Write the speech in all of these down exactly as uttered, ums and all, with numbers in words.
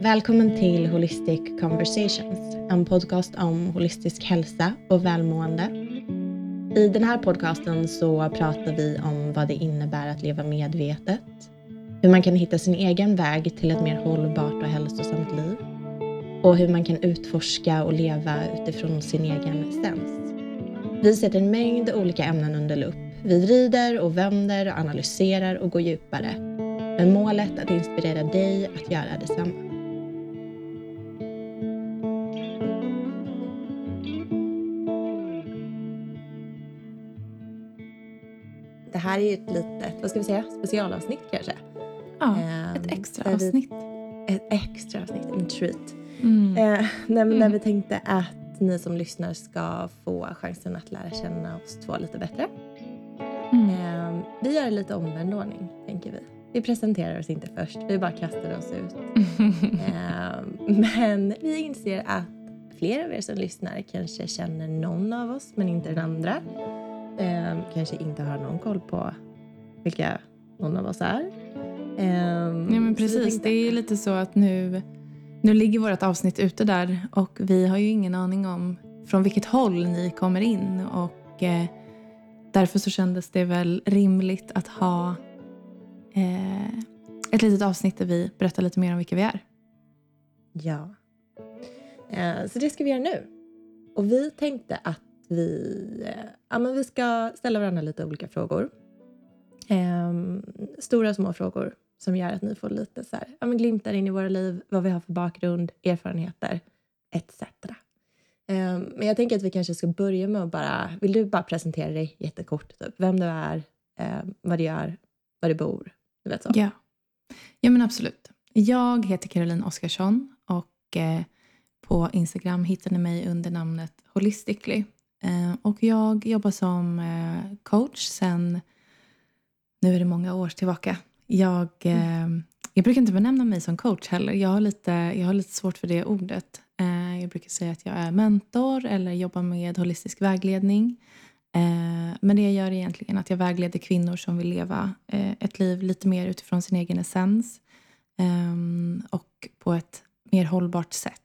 Välkommen till Holistic Conversations, en podcast om holistisk hälsa och välmående. I den här podcasten så pratar vi om vad det innebär att leva medvetet, hur man kan hitta sin egen väg till ett mer hållbart och hälsosamt liv och hur man kan utforska och leva utifrån sin egen essens. Vi sätter en mängd olika ämnen under lupp. Vi vrider och vänder och analyserar och går djupare, med målet att inspirera dig att göra detsamma. Det här är ju ett litet, vad ska vi säga, specialavsnitt kanske. Ja, ett extra avsnitt. Vi, ett extra avsnitt, en treat. Mm. Eh, när, Mm. när vi tänkte att ni som lyssnar ska få chansen att lära känna oss två lite bättre. Mm. Eh, vi gör lite omvänd ordning, tänker vi. Vi presenterar oss inte först, vi bara kastar oss ut. eh, men vi inser att flera av er som lyssnar kanske känner någon av oss, men inte den andra. Eh, kanske inte har någon koll på vilka någon av oss är. Eh, Ja, men precis. tänkte... Det är lite så att nu, nu ligger vårt avsnitt ute där. Och vi har ju ingen aning om från vilket håll ni kommer in. Och eh, därför så kändes det väl rimligt att ha eh, ett litet avsnitt där vi berättar lite mer om vilka vi är. Ja. Eh, så det ska vi göra nu. Och vi tänkte att vi, eh, ja, men vi ska ställa varandra lite olika frågor. Eh, stora och små frågor som gör att ni får lite så här, ja, men glimtar in i våra liv, vad vi har för bakgrund, erfarenheter, et cetera. Eh, men jag tänker att vi kanske ska börja med att bara, vill du bara presentera dig jättekort, typ, vem du är, eh, vad du gör, var du bor, du vet så. Ja, ja men absolut. Jag heter Caroline Oskarsson och eh, på Instagram hittar ni mig under namnet Holistically. Eh, och jag jobbar som eh, coach sen, nu är det många år tillbaka. Jag, eh, jag brukar inte benämna mig som coach heller. Jag har lite, jag har lite svårt för det ordet. Eh, jag brukar säga att jag är mentor eller jobbar med holistisk vägledning. Eh, men det jag gör är egentligen att jag vägleder kvinnor som vill leva eh, ett liv lite mer utifrån sin egen essens. Eh, och på ett mer hållbart sätt.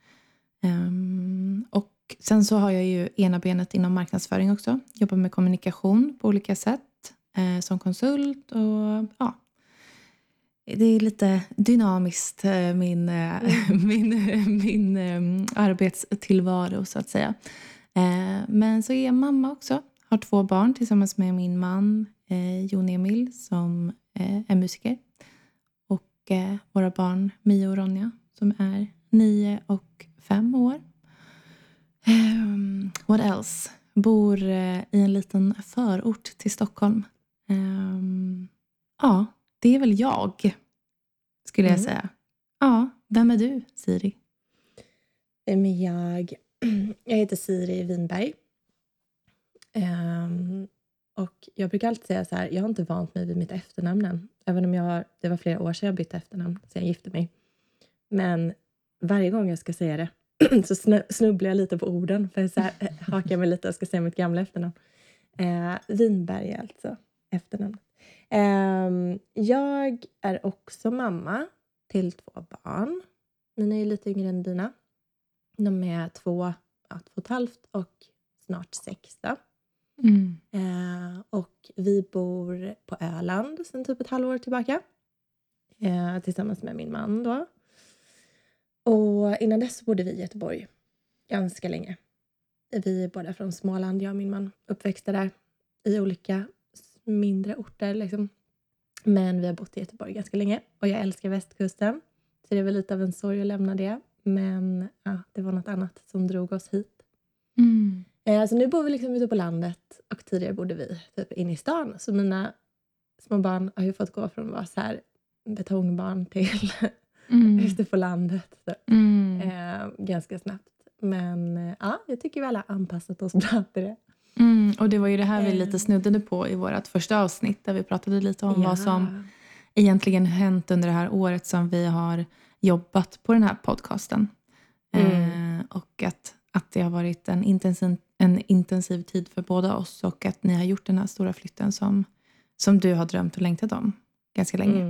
Um, och sen så har jag ju ena benet inom marknadsföring också. Jobbar med kommunikation på olika sätt. Eh, som konsult och ja. Det är lite dynamiskt eh, min, eh, min, min eh, arbetstillvaro så att säga. Eh, men så är jag mamma också. Har två barn tillsammans med min man eh, Jon Emil som eh, är musiker. Och eh, våra barn Mio och Ronja som är nio och fem år. Um, what else? Bor uh, i en liten förort till Stockholm. Um, ja, det är väl jag. Skulle jag Mm. säga. Ja, vem är du, Siri? Men jag, jag heter Siri Winberg. Um, och jag brukar alltid säga så här, jag har inte vant mig vid mitt efternamn än. Även om jag har, det var flera år sedan jag bytte efternamn, så jag gifte mig. Men varje gång jag ska säga det så snubblar jag lite på orden. För så här hakar jag mig lite och ska säga mitt gamla efternamn. Eh, Winberg är alltså efternamn. Eh, jag är också mamma till två barn. Mina är lite yngre än dina. De är två, ja, två och ett halvt och snart sex då. Mm. Eh, och vi bor på Öland sedan typ ett halvår tillbaka. Eh, tillsammans med min man då. Och innan dess bodde vi i Göteborg ganska länge. Vi är båda från Småland, jag och min man uppväxte där i olika mindre orter liksom. Men vi har bott i Göteborg ganska länge och jag älskar västkusten. Så det är väl lite av en sorg att lämna det. Men ja, det var något annat som drog oss hit. Mm. Eh, så nu bor vi liksom ute på landet och tidigare bodde vi typ inne i stan. Så mina små barn har ju fått gå från att vara så här betongbarn till... Mm. ute på landet. Mm. Eh, ganska snabbt. Men eh, ja, jag tycker vi alla anpassat oss bra till det. Mm. Och det var ju det här vi Eh. lite snuddade på i vårt första avsnitt. Där vi pratade lite om Ja. vad som egentligen hänt under det här året som vi har jobbat på den här podcasten. Mm. Eh, och att, att det har varit en intensiv, en intensiv tid för båda oss. Och att ni har gjort den här stora flytten som, som du har drömt och längtat om ganska länge. Mm.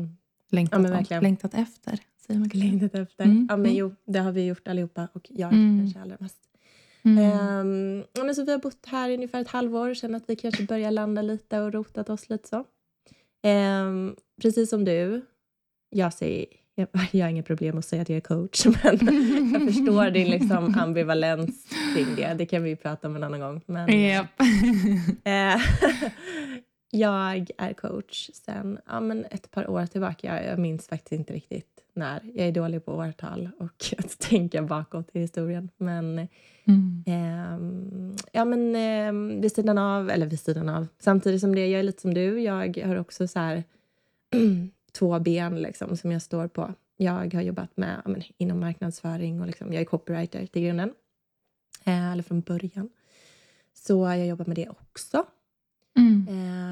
längtat, Ja, men om, verkligen. längtat efter. Säger man kanske. Längtat efter. Mm, Ja, men mm. jo, det har vi gjort allihopa och jag Mm. kanske allra mest. Mm. Ehm, ja, men så vi har bott här i ungefär ett halvår. Känner att vi kanske börjar landa lite och rotat oss lite så. Ehm, precis som du. Jag säger, jag, jag har inga problem att säga att jag är coach. Men jag förstår din liksom ambivalens kring det. Det kan vi ju prata om en annan gång. Men, Yep. eh, jag är coach sen ja, men ett par år tillbaka. Jag, jag minns faktiskt inte riktigt när. Jag är dålig på årtal och att tänka bakåt i historien. Men Mm. eh, ja, men eh, vid sidan av, eller vid sidan av, samtidigt som det, jag är lite som du. Jag har också så här två ben liksom, som jag står på. Jag har jobbat med ja, men, inom marknadsföring och liksom, jag är copywriter till grunden. Eh, eller från början. Så jag jobbar med det också. Mm.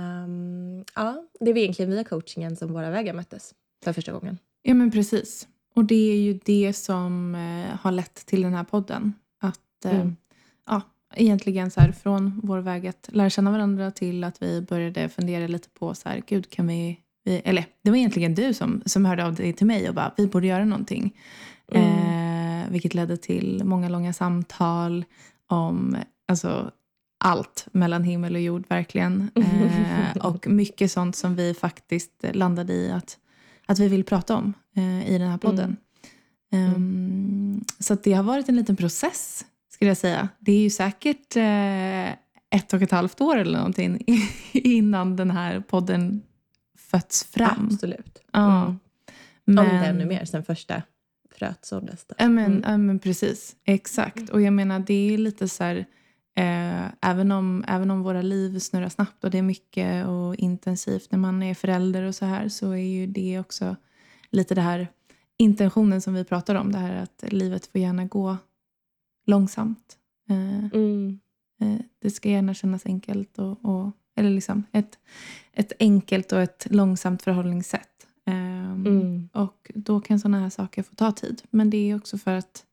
Um, ja, det var egentligen via coachingen som våra vägar möttes för första gången. Ja, men precis. Och det är ju det som eh, har lett till den här podden. Att eh, Mm. ja, egentligen så här, från vår väg att lära känna varandra till att vi började fundera lite på så här, gud kan vi, vi eller det var egentligen du som, som hörde av dig till mig och bara, vi borde göra någonting. Mm. Eh, vilket ledde till många långa samtal om alltså allt mellan himmel och jord verkligen. Eh, och mycket sånt som vi faktiskt landade i att, att vi vill prata om eh, i den här podden. Mm. Um, så att det har varit en liten process skulle jag säga. Det är ju säkert eh, ett och ett halvt år eller någonting innan den här podden fötts fram. Absolut. Ja. Mm. Men, om det ännu mer sen första fröet såddes. Ja men, mm. ja men precis, exakt. Och jag menar det är lite så här, eh, även, om, även om våra liv snurrar snabbt och det är mycket och intensivt när man är förälder och så här, så är ju det också lite det här intentionen som vi pratar om, det här att livet får gärna gå långsamt. Eh, mm. eh, det ska gärna kännas enkelt och, och eller liksom ett, ett enkelt och ett långsamt förhållningssätt. Um, Mm. Och då kan sådana här saker få ta tid. Men det är också för att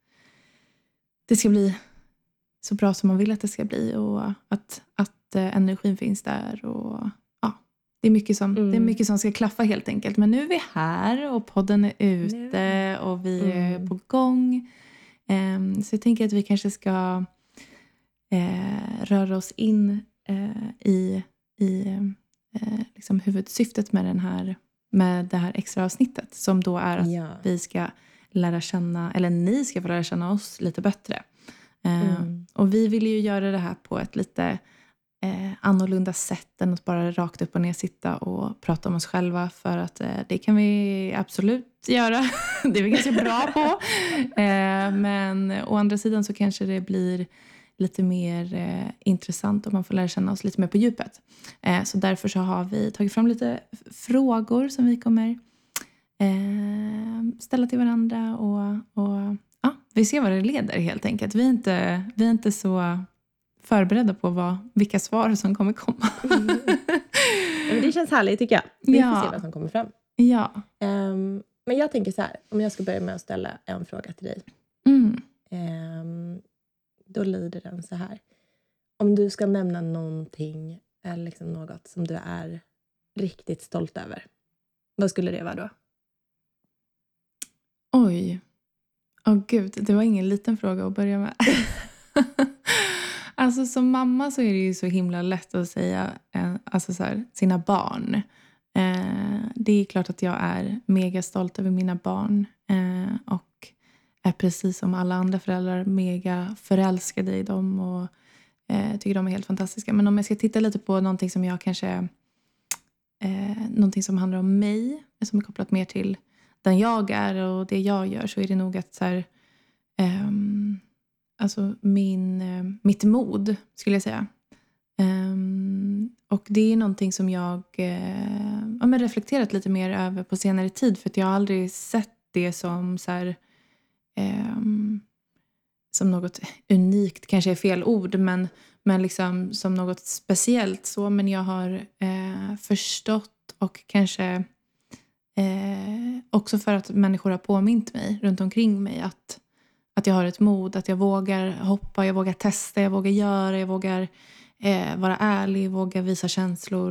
det ska bli så bra som man vill att det ska bli. Och att, att uh, energin finns där. Och ja, det är, mycket som, mm. det är mycket som ska klaffa helt enkelt. Men nu är vi här och podden är ute och vi är mm. på gång. Um, så jag tänker att vi kanske ska uh, röra oss in uh, i, i uh, liksom huvudsyftet med den här med det här extra avsnittet som då är att ja. vi ska lära känna, eller ni ska få lära känna oss lite bättre. Mm. Uh, och vi vill ju göra det här på ett lite eh, annorlunda sätt än att bara rakt upp och ner sitta och prata om oss själva, för att eh, det kan vi absolut göra. Det är vi ganska bra på. Uh, men å andra sidan så kanske det blir lite mer eh, intressant om man får lära känna oss lite mer på djupet. Eh, så därför så har vi tagit fram lite frågor som vi kommer eh, ställa till varandra. Och, och ja, vi ser vad det leder helt enkelt. Vi är inte, vi är inte så förberedda på vad, vilka svar som kommer komma. Mm. Men det känns härligt tycker jag. Vi ja. får se vad som kommer fram. Ja. Um, men jag tänker så här, om jag ska börja med att ställa en fråga till dig. Mm. Um, Då lyder den så här. Om du ska nämna någonting eller liksom något som du är riktigt stolt över, vad skulle det vara då? Oj. Åh oh, gud, det var ingen liten fråga att börja med. Alltså som mamma så är det ju så himla lätt att säga eh, alltså så här, sina barn. Eh, det är klart att jag är mega stolt över mina barn. Eh, och är precis som alla andra föräldrar mega förälskade i dem och eh, tycker de är helt fantastiska. Men om jag ska titta lite på någonting som jag kanske eh, någonting som handlar om mig, som är kopplat mer till den jag är och det jag gör, så är det nog att så här, eh, alltså min, eh, mitt mod skulle jag säga. Eh, och det är någonting som jag eh, ja, men reflekterat lite mer över på senare tid, för att jag har aldrig sett det som så här Um, som något unikt, kanske är fel ord, men, men liksom som något speciellt så. Men jag har eh, förstått och kanske eh, också för att människor har påmint mig runt omkring mig att, att jag har ett mod, att jag vågar hoppa, jag vågar testa, jag vågar göra, jag vågar eh, vara ärlig, våga visa känslor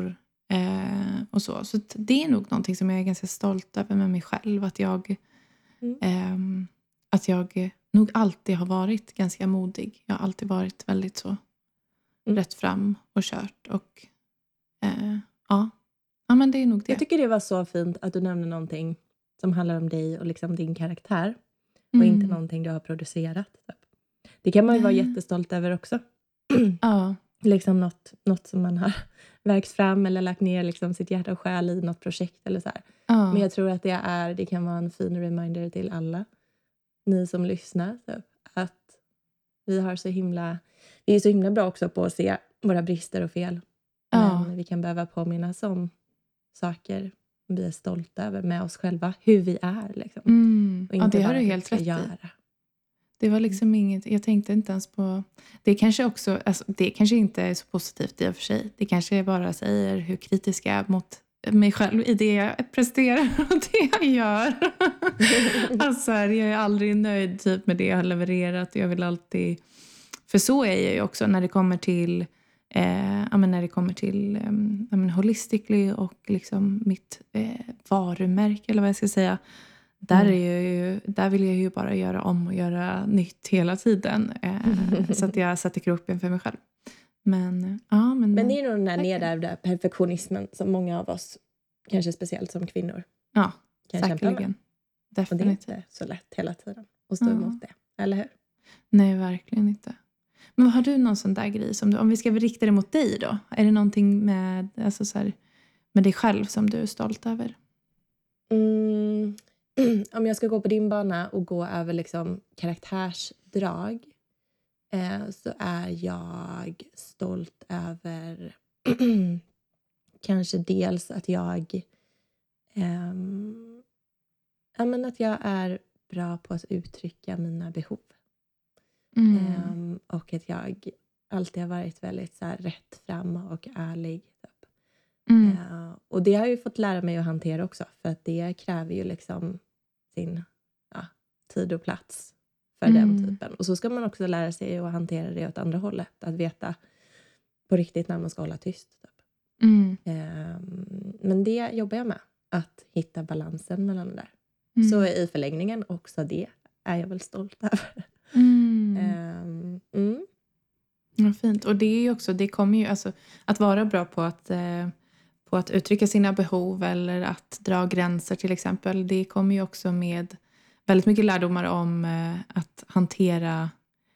Eh, och så. Så att det är nog någonting som jag är ganska stolt över med mig själv. Att jag, Mm. ehm, att jag nog alltid har varit ganska modig. Jag har alltid varit väldigt så Mm. rätt fram och kört. Och eh, ja. ja, men det är nog det. Jag tycker det var så fint att du nämnde någonting som handlar om dig och liksom din karaktär. Och Mm. inte någonting du har producerat. Typ. Det kan man ju vara Nej. jättestolt över också. Ja. Liksom något, något som man har verkt fram eller lagt ner liksom sitt hjärta och själ i något projekt eller så här. Ja. Men jag tror att det är, det kan vara en fin reminder till alla ni som lyssnar. Typ, att vi har så himla, vi är så himla bra också på att se våra brister och fel. Ja. Men vi kan behöva påminnas om saker vi är stolta över med oss själva. Hur vi är liksom. Mm. Och Ja, inte det har bara du det helt vi ska rätt i. göra. Det var liksom inget, jag tänkte inte ens på, det kanske också, alltså, det kanske inte är så positivt i och för sig. Det kanske bara säger hur kritisk jag är mot mig själv i det jag presterar och det jag gör. Alltså jag är aldrig nöjd typ med det jag har levererat. Jag vill alltid, för så är jag ju också när det kommer till eh, ja, men när det kommer till eh, ja, men Holistically och liksom mitt eh, varumärke eller vad jag ska säga. Där, är jag ju, där vill jag ju bara göra om och göra nytt hela tiden. Eh, så att jag sätter kroppen för mig själv. Men, ja, men, Men det är nog den här tack. nedärvda perfektionismen som många av oss, kanske speciellt som kvinnor, Ja, kan kämpa med. säkerligen. Och det är Definitivt. inte så lätt hela tiden att stå Ja. emot det. Eller hur? Nej, verkligen inte. Men har du någon sån där grej som du, om vi ska rikta det mot dig då? Är det någonting med, alltså så här, med dig själv som du är stolt över? Mm. Om jag ska gå på din bana och gå över liksom karaktärsdrag eh, så är jag stolt över kanske dels att jag ehm, ja, men att jag är bra på att uttrycka mina behov. Mm. Ehm, och att jag alltid har varit väldigt så här, rätt fram och ärlig. Typ. Mm. Ehm, och det har jag ju fått lära mig att hantera också. För att det kräver ju liksom sin ja, tid och plats för Mm. den typen. Och så ska man också lära sig att hantera det åt andra hållet. Att veta på riktigt när man ska hålla tyst. Typ. Mm. Ehm, men det jobbar jag med. Att hitta balansen mellan det där. Mm. Så i förlängningen också det är jag väl stolt över. Mm. Ehm, mm. Ja, fint. Och det är ju också, det kommer ju, alltså, att vara bra på att, eh, på att uttrycka sina behov eller att dra gränser till exempel. Det kommer ju också med väldigt mycket lärdomar om eh, att hantera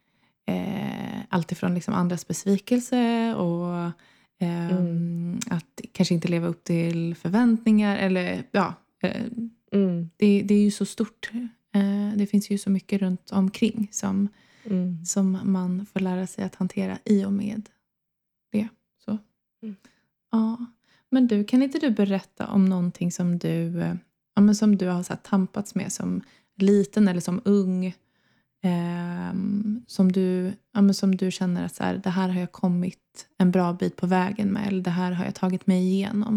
eh, allt ifrån liksom andras besvikelse och eh, Mm. att kanske inte leva upp till förväntningar eller ja, eh, Mm. det, det är ju så stort. Eh, det finns ju så mycket runt omkring som Mm. som man får lära sig att hantera i och med det. Så. Mm. Ja. Men du, kan inte du berätta om någonting som du, eh, ja, men som du har så här, tampats med som liten eller som ung, eh, som, du, ja, men som du känner att så här, det här har jag kommit en bra bit på vägen med, eller det här har jag tagit mig igenom?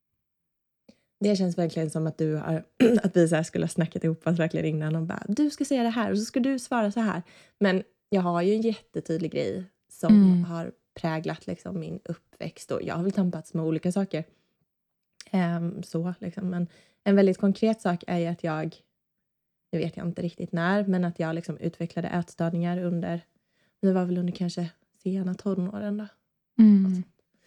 Det känns verkligen som att du har, att vi så här skulle ha snackat ihop oss verkligen innan och bara, du ska säga det här och så ska du svara så här. Men jag har ju en jättetydlig grej som Mm. har präglat liksom min uppväxt och jag har väl tampats med olika saker. Ehm, så liksom. Men en väldigt konkret sak är ju att jag, nu vet jag inte riktigt när, men att jag liksom utvecklade ätstörningar under, det var väl under kanske sena tonåren då. Mm.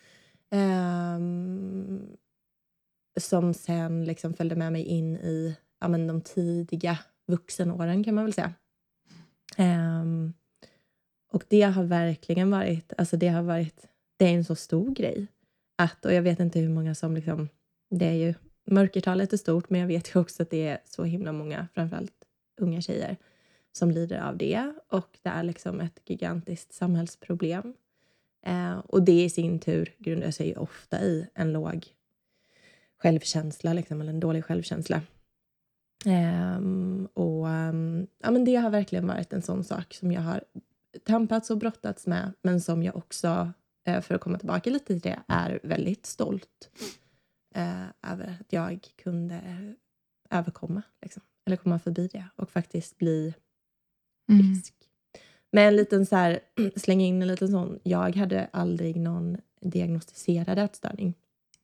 Ehm, som sen liksom följde med mig in i ja, men de tidiga vuxenåren kan man väl säga. Ehm, och det har verkligen varit, alltså det har varit, det är en så stor grej. Att, och jag vet inte hur många som liksom, det är ju, mörkertalet är stort, men jag vet ju också att det är så himla många, framförallt unga tjejer, som lider av det. Och det är liksom ett gigantiskt samhällsproblem. Ehm, och det i sin tur grundar sig ju ofta i en låg självkänsla liksom, eller en dålig självkänsla. Um, och um, ja, men det har verkligen varit en sån sak som jag har tampats och brottats med, men som jag också, uh, för att komma tillbaka lite till det, är väldigt stolt uh, över att jag kunde överkomma liksom, eller komma förbi det och faktiskt bli frisk. Mm. Men en liten så här, slänga in en liten sån, jag hade aldrig någon diagnostiserad ätstörning.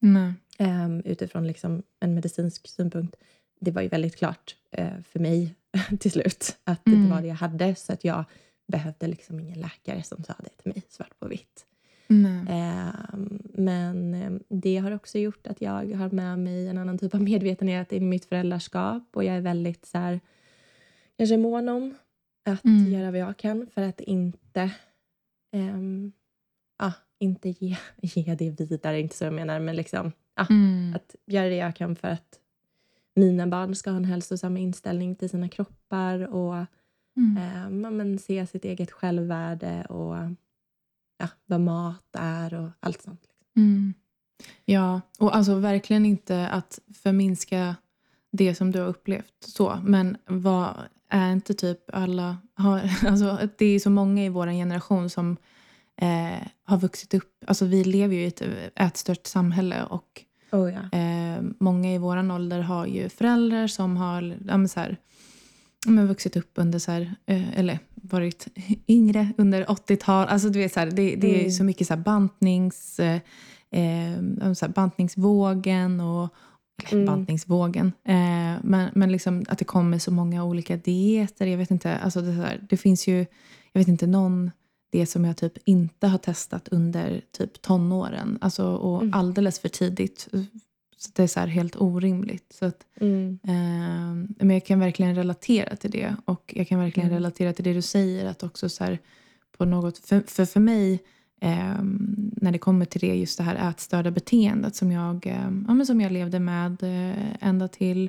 Nej. Um, utifrån liksom en medicinsk synpunkt. Det var ju väldigt klart uh, för mig till slut att Mm. det var det jag hade. Så att jag behövde liksom ingen läkare som sa det till mig svart på vitt. Um, men um, det har också gjort att jag har med mig en annan typ av medvetenhet i mitt föräldraskap. Och jag är väldigt så här, kanske mån om att Mm. göra vad jag kan för att inte um, ah, inte ge, ge det vidare, inte så jag menar, men liksom ah, Mm. att göra det jag kan för att mina barn ska ha en hälsosam inställning till sina kroppar och Mm. eh, men se sitt eget självvärde och ja, vad mat är och allt sånt. Mm. Ja, och alltså verkligen inte att förminska det som du har upplevt så, men vad är inte typ alla har, alltså det är så många i vår generation som eh, har vuxit upp, alltså vi lever ju i ett ätstört samhälle och Oh, ja. eh, många i våran ålder har ju föräldrar som har ja, men så här, ja, men vuxit upp under så här, eh, eller varit yngre under åttiotal, alltså du vet så här, det, det är Mm. så mycket så här bantnings eh, eh, så här bantningsvågen och eller, Mm. bantningsvågen eh, men, men liksom att det kommer så många olika dieter, jag vet inte, alltså det, så här, det finns ju, jag vet inte någon det som jag typ inte har testat under typ tonåren, alltså och Mm. alldeles för tidigt, så det är så här helt orimligt, så att Mm. eh, men jag kan verkligen relatera till det, och jag kan verkligen Mm. relatera till det du säger, att också så här på något, för för, för mig eh, när det kommer till det, just det här ätstörda beteendet som jag eh, ja, men som jag levde med eh, ända till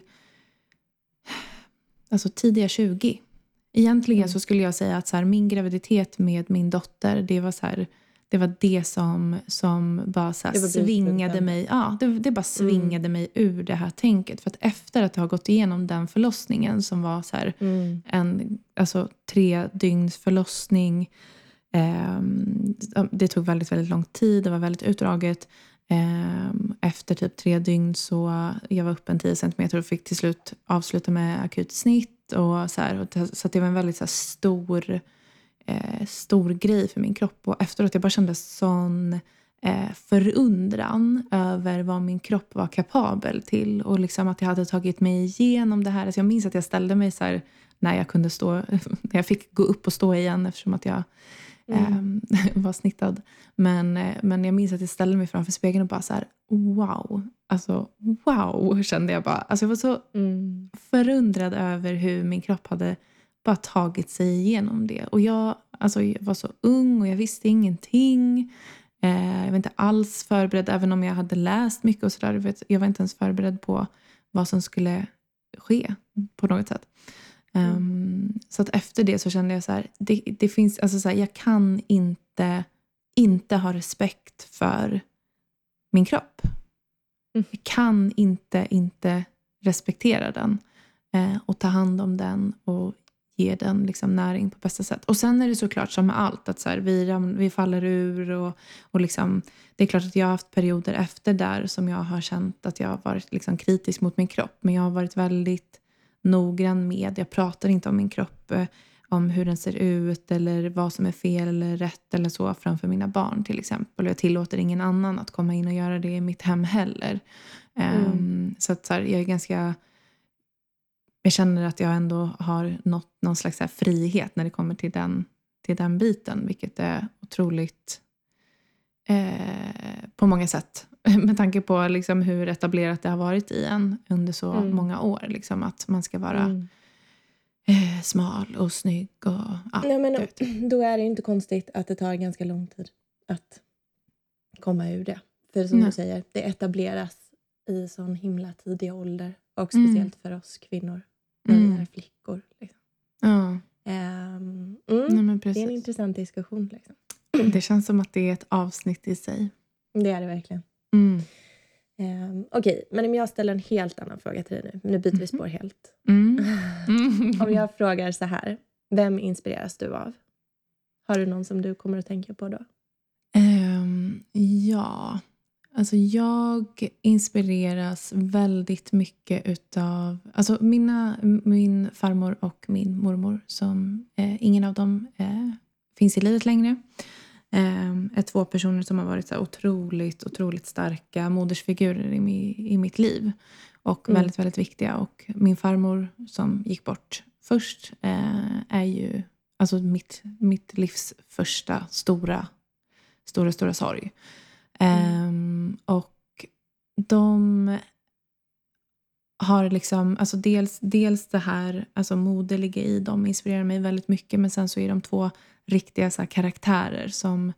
alltså tidiga tjugo. Egentligen Mm. så skulle jag säga att så här, min graviditet med min dotter, det var så här, det var det som, som bara så här svingade mig. Ja, det, det bara svingade mm. mig ur det här tänket. För att efter att jag har gått igenom den förlossningen som var så här Mm. en alltså, tre dygns förlossning. Eh, det tog väldigt, väldigt lång tid. Det var väldigt utdraget. Eh, efter typ tre dygn så jag var uppe en tio centimeter och fick till slut avsluta med akut snitt. Och så här, och så att det var en väldigt så här, stor... Eh, stor grej för min kropp, och efteråt jag bara kände sån eh, förundran över vad min kropp var kapabel till, och liksom att jag hade tagit mig igenom det här. Alltså jag minns att jag ställde mig så här när jag kunde stå, när jag fick gå upp och stå igen eftersom att jag eh, mm. var snittad, men, eh, men jag minns att jag ställde mig framför spegeln och bara så här, wow, alltså wow, kände jag bara, alltså jag var så mm. förundrad över hur min kropp hade bara tagit sig igenom det. Och jag, alltså, jag var så ung och jag visste ingenting. Eh, jag var inte alls förberedd, även om jag hade läst mycket och sådär. Jag, vet, jag var inte ens förberedd på vad som skulle ske på något sätt. Um, mm. Så att efter det så kände jag så här, det, det finns, alltså så här, jag kan inte, inte ha respekt för min kropp. Mm. Jag kan inte, inte respektera den. Eh, och ta hand om den och ge den liksom näring på bästa sätt. Och sen är det såklart som med allt att så här, vi, vi faller ur och, och liksom, det är klart att jag har haft perioder efter där som jag har känt att jag har varit liksom kritisk mot min kropp, men jag har varit väldigt noggrann med, jag pratar inte om min kropp, eh, om hur den ser ut eller vad som är fel eller rätt eller så framför mina barn till exempel, och jag tillåter ingen annan att komma in och göra det i mitt hem heller. Mm. um, så att så här, jag är ganska Jag känner att jag ändå har nått någon slags här frihet när det kommer till den, till den biten. Vilket är otroligt eh, på många sätt. Med tanke på liksom hur etablerat det har varit i en under så mm. många år. Liksom, att man ska vara mm. eh, smal och snygg. Och, ja, Nej, men då är det inte konstigt att det tar ganska lång tid att komma ur det. För som Nej. du säger, det etableras i sån himla tidig ålder. Och speciellt mm. för oss kvinnor. När vi är flickor. Liksom. Ja. Um, mm, Nej, men precis. Det är en intressant diskussion. Liksom. Det känns som att det är ett avsnitt i sig. Det är det verkligen. Mm. Um, Okej, okay, men om jag ställer en helt annan fråga till dig nu. Nu byter vi spår helt. Mm. Om jag frågar så här. Vem inspireras du av? Har du någon som du kommer att tänka på då? Um, ja... Alltså jag inspireras väldigt mycket utav alltså mina, min farmor och min mormor som eh, ingen av dem eh, finns i livet längre. Um, är två personer som har varit så här otroligt, otroligt starka modersfigurer i, mi, i mitt liv. Och mm. väldigt, väldigt viktiga. Och min farmor som gick bort först uh, är ju alltså mitt, mitt livs första stora, stora, stora sorg. Mm. Um, och de har liksom, alltså dels, dels det här alltså moderliga i dem inspirerar mig väldigt mycket. Men sen så är de två riktiga så här, karaktärer som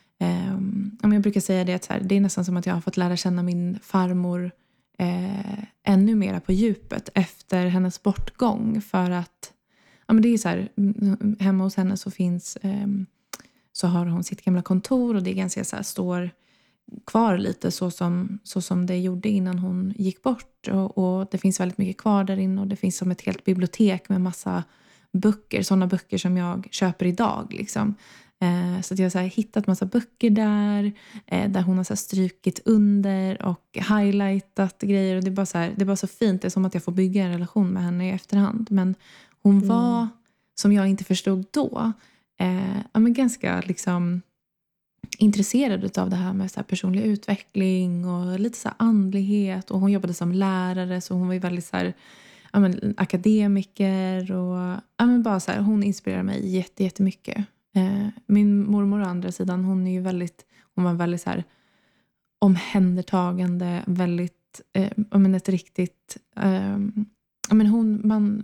Um, jag brukar säga det att så här, det är nästan som att jag har fått lära känna min farmor eh, ännu mera på djupet efter hennes bortgång. För att ja, men det är så här, hemma hos henne så finns eh, så har hon sitt gamla kontor och det är ganska så här, står kvar lite så som, så som det gjorde innan hon gick bort. Och, och det finns väldigt mycket kvar där inne och det finns som ett helt bibliotek med massa böcker, sådana böcker som jag köper idag liksom. Eh, så att jag har så här hittat massa böcker där eh, där hon har så här strukit under och highlightat grejer och det är bara så här, det är bara så fint, det är som att jag får bygga en relation med henne i efterhand. Men hon mm. var, som jag inte förstod då, eh, ja, men ganska liksom intresserad av det här med så här personlig utveckling och lite så här andlighet, och hon jobbade som lärare så hon var ju väldigt så här, ja, men akademiker och ja, men bara så här, hon inspirerar mig jätte, jättemycket. Eh, min mormor å andra sidan, hon är ju väldigt, hon var väldigt så här omhändertagande, väldigt, eh, jag menar ett riktigt, eh, jag menar hon, man,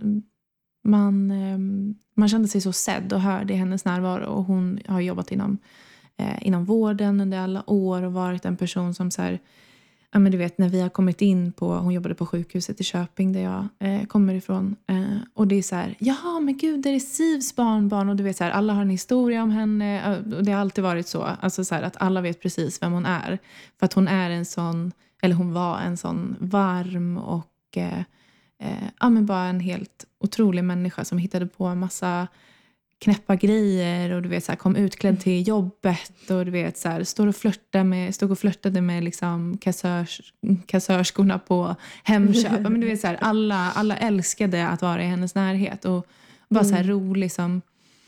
man, eh, man kände sig så sedd och hörd i hennes närvaro, och hon har jobbat inom, eh, inom vården under alla år och varit en person som så här, ja men du vet när vi har kommit in på, hon jobbade på sjukhuset i Köping där jag eh, kommer ifrån. Eh, och det är så här, jaha men gud det är Sivs barnbarn. Och du vet så här, alla har en historia om henne. Och det har alltid varit så. Alltså så här, att alla vet precis vem hon är. För att hon är en sån, eller hon var en sån varm och eh, eh, ja men bara en helt otrolig människa som hittade på en massa knäppa grejer och du vet så här, kom utklädd till jobbet och du vet så här, står och flörtade med stod och flörtade med liksom kassörs, kassörskorna på Hemköp. Men du vet så här, alla alla älskade att vara i hennes närhet och var så här rolig som